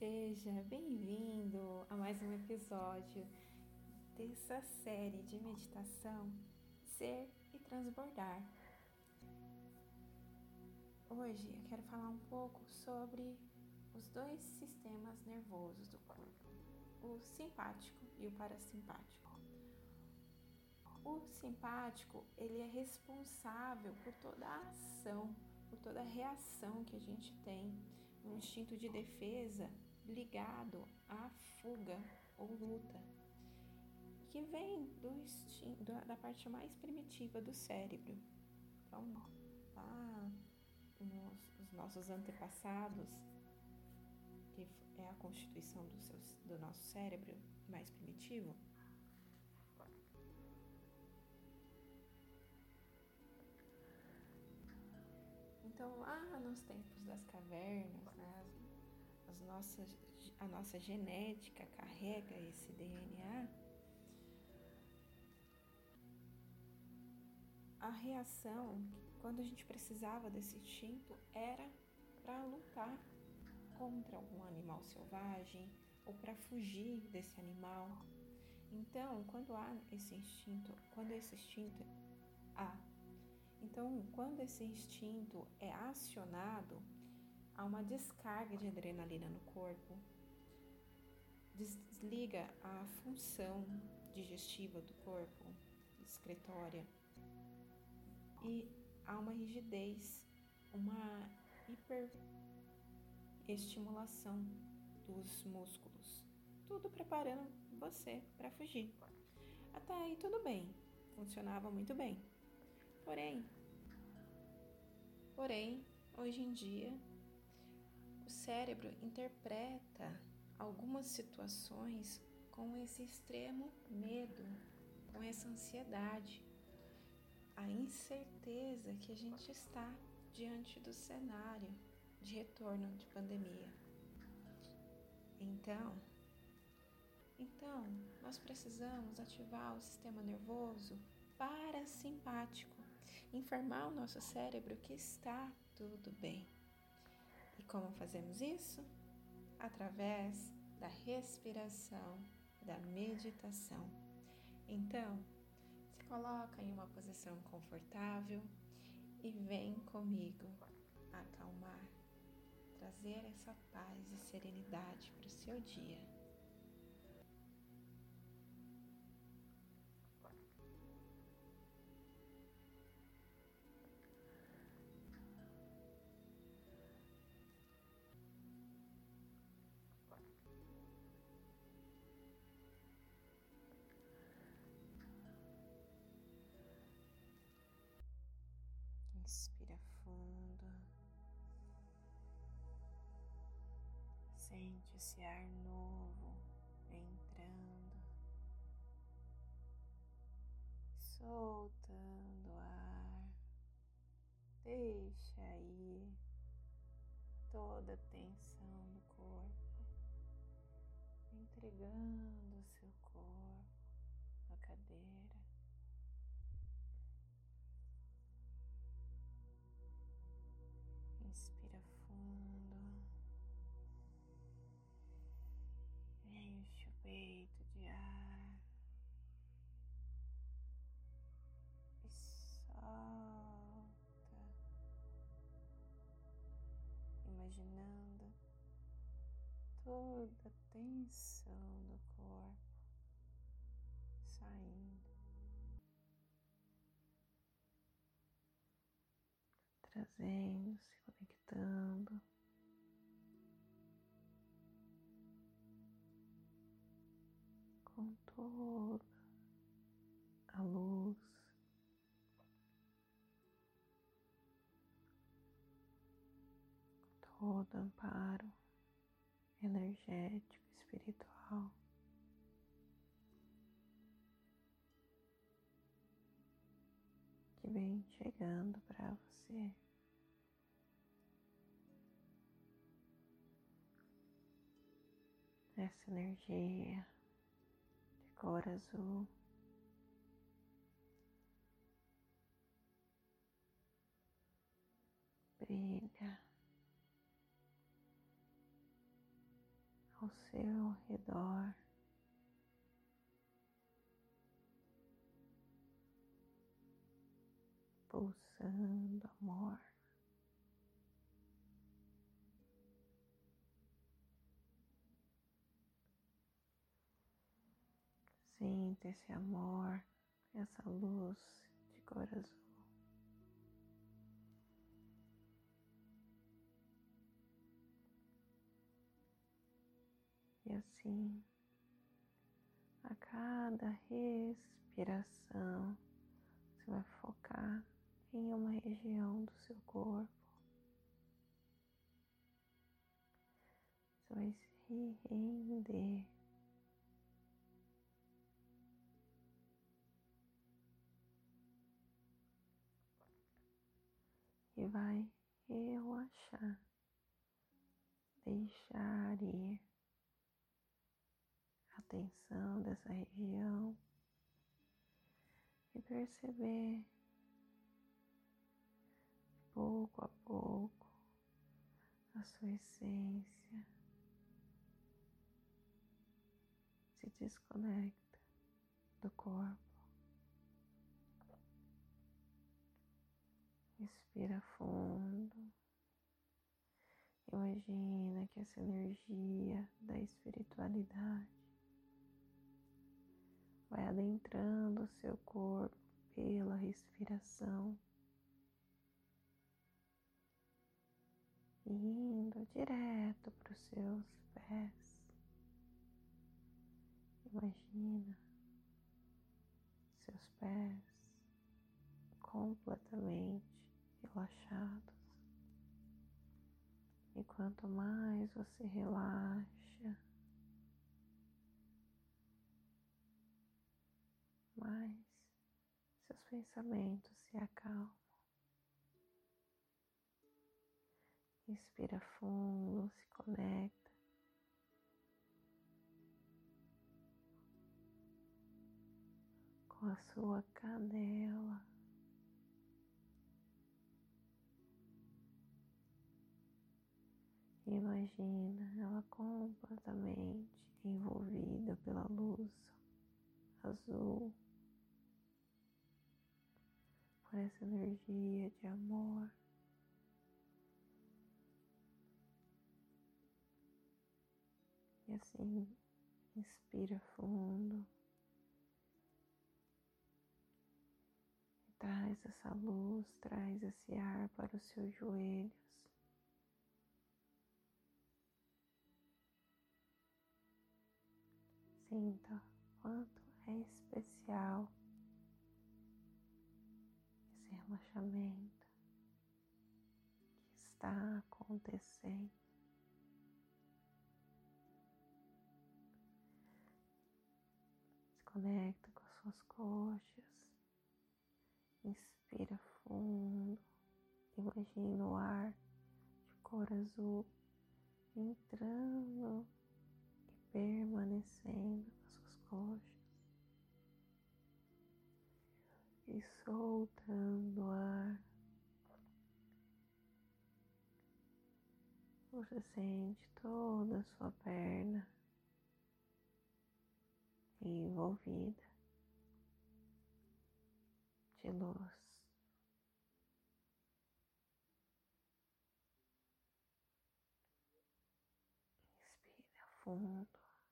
Seja bem-vindo a mais um episódio dessa série de meditação Ser e Transbordar. Hoje eu quero falar um pouco sobre os dois sistemas nervosos do corpo, o simpático e o parasimpático. O simpático, ele é responsável por toda a ação, por toda a reação que a gente tem no instinto de defesa ligado à fuga ou luta, que vem da parte mais primitiva do cérebro. Então, lá os nossos antepassados, que é a constituição do nosso cérebro mais primitivo, então lá nos tempos das cavernas, né, a nossa genética carrega esse DNA. A reação, quando a gente precisava desse instinto, era para lutar contra algum animal selvagem ou para fugir desse animal. Então, quando esse instinto é acionado, há uma descarga de adrenalina no corpo, desliga a função digestiva do corpo, excretória, e há uma rigidez, uma hiperestimulação dos músculos, tudo preparando você para fugir. Até aí tudo bem, funcionava muito bem. Porém, hoje em dia, o cérebro interpreta algumas situações com esse extremo medo, com essa ansiedade, a incerteza que a gente está diante do cenário de retorno de pandemia. Então, nós precisamos ativar o sistema nervoso parasimpático, informar o nosso cérebro que está tudo bem. E como fazemos isso? Através da respiração, da meditação. Então, se coloca em uma posição confortável e vem comigo acalmar, trazer essa paz e serenidade para o seu dia. Inspira fundo. Sente esse ar novo entrando, soltando o ar. Deixa aí toda a tensão do corpo, entregando o seu corpo à cadeira. Inspira fundo, enche o peito de ar e solta, imaginando toda a tensão do corpo saindo, trazendo, se conectando com toda a luz, todo amparo energético, espiritual, que vem chegando para você. Essa energia de cor azul brilha ao seu redor. Pulsando amor. Sinta esse amor, essa luz de cor azul. E assim, a cada respiração, você vai focar em uma região do seu corpo. Você vai se render. E vai relaxar, deixar ir a tensão dessa região e perceber pouco a pouco a sua essência se desconecta do corpo. Respira fundo. Imagina que essa energia da espiritualidade vai adentrando o seu corpo pela respiração e indo direto para os seus pés. Imagina seus pés completamente relaxados. E quanto mais você relaxa, mais seus pensamentos se acalmam. Respira fundo, se conecta com a sua canela. Imagina ela completamente envolvida pela luz azul, por essa energia de amor. E assim, inspira fundo e traz essa luz, traz esse ar para os seus joelhos. Sinta quanto é especial esse relaxamento que está acontecendo. Se conecta com as suas coxas. Inspira fundo. Imagina o ar de cor azul entrando e permanecendo nas suas coxas. E soltando o ar. Você sente toda a sua perna envolvida de luz. Respira fundo.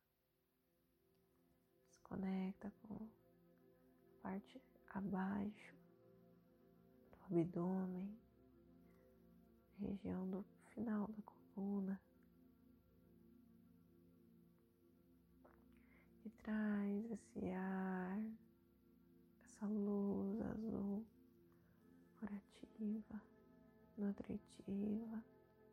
Se conecta com a parte abaixo do abdômen, região do final da coluna. E traz esse ar, essa luz azul curativa, nutritiva.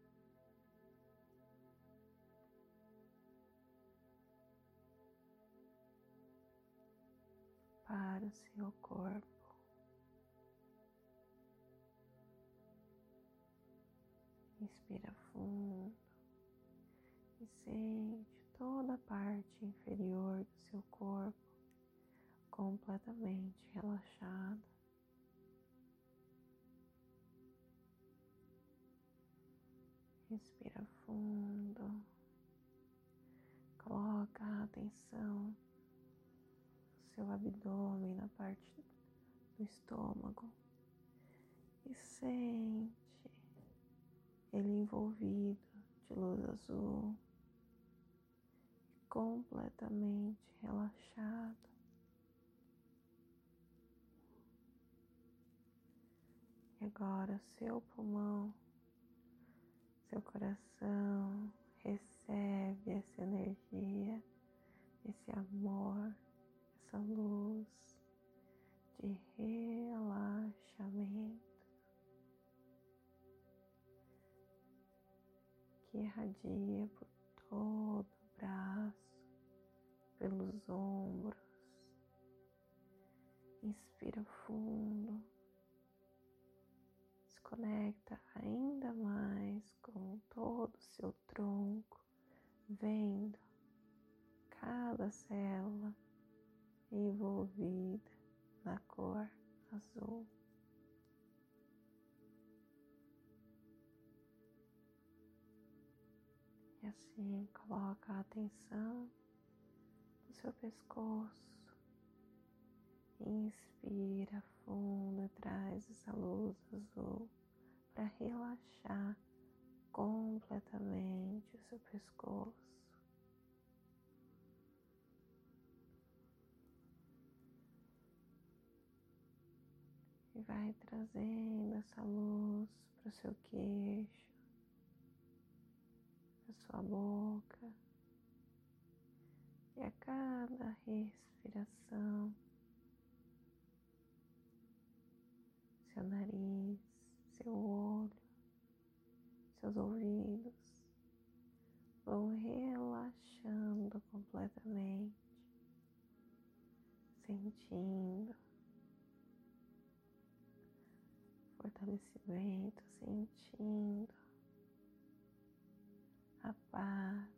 Para o seu corpo. Inspira fundo e sente toda a parte inferior do seu corpo completamente relaxada. Respira fundo atenção no seu abdômen, na parte do estômago, e sente ele envolvido de luz azul, completamente relaxado. E agora seu pulmão, seu coração recebe essa energia, esse amor, essa luz de relaxamento que irradia por todo o braço, pelos ombros. Inspira fundo, se conecta ainda mais com todo o seu tronco, vendo cada célula envolvida na cor azul. E assim coloca a atenção no seu pescoço. Inspira fundo e traz essa luz azul para relaxar completamente o seu pescoço. E vai trazendo essa luz para o seu queixo, para sua boca. E a cada respiração, seu nariz, seu olho, seus ouvidos vão relaxando completamente, sentindo fortalecimento, sentindo a paz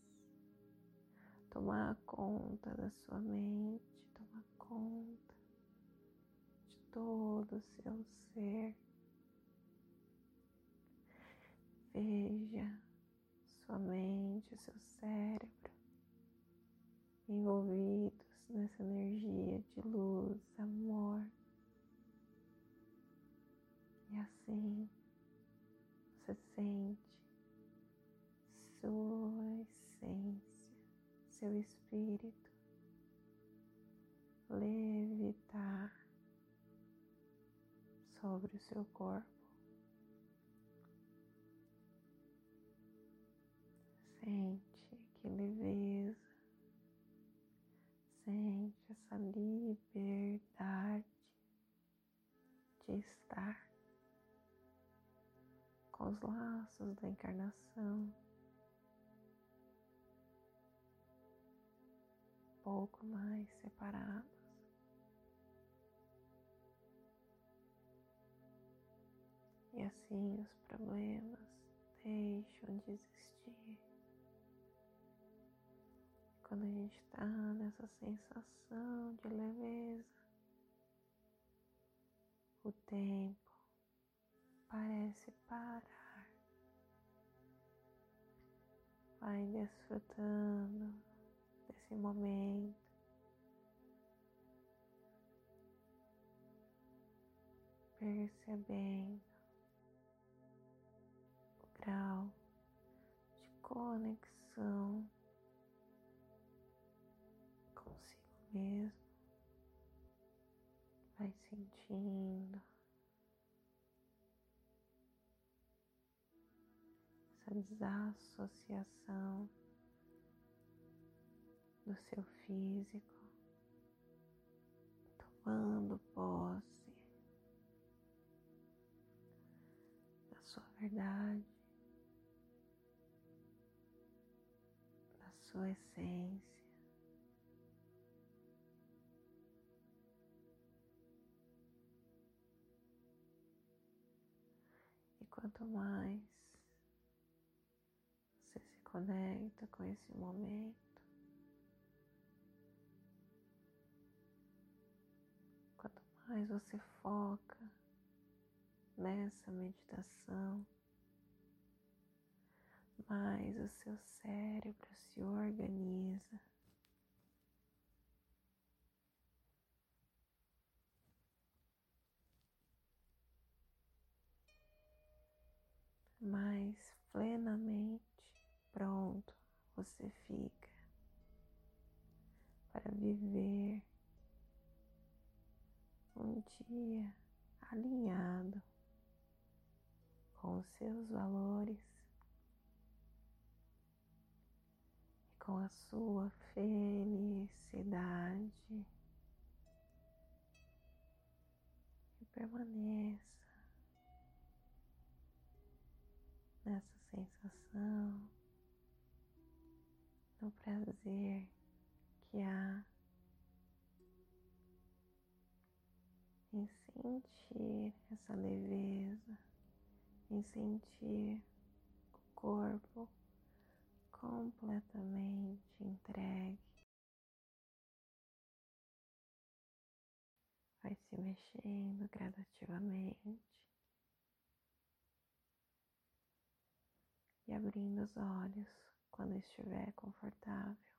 tomar conta da sua mente, tomar conta de todo o seu ser. Veja sua mente, seu cérebro envolvidos nessa energia de luz, amor. E assim você sente sua essência, seu espírito levitar sobre o seu corpo. Sente que leveza, sente essa liberdade de estar com os laços da encarnação pouco mais separados. E assim os problemas deixam de existir. Quando a gente está nessa sensação de leveza, o tempo parece parar. Vai desfrutando desse momento. Percebendo o grau de conexão consigo mesmo. Vai sentindo essa desassociação do seu físico, tomando posse da sua verdade, da sua essência. E quanto mais você se conecta com esse momento, quanto mais você foca nessa meditação, mais o seu cérebro se organiza pronto você fica para viver um dia alinhado com os seus valores e com a sua felicidade. E permaneça nessa sensação, no prazer que há em sentir essa leveza, em sentir o corpo completamente entregue. Vai se mexendo gradativamente e abrindo os olhos quando estiver confortável.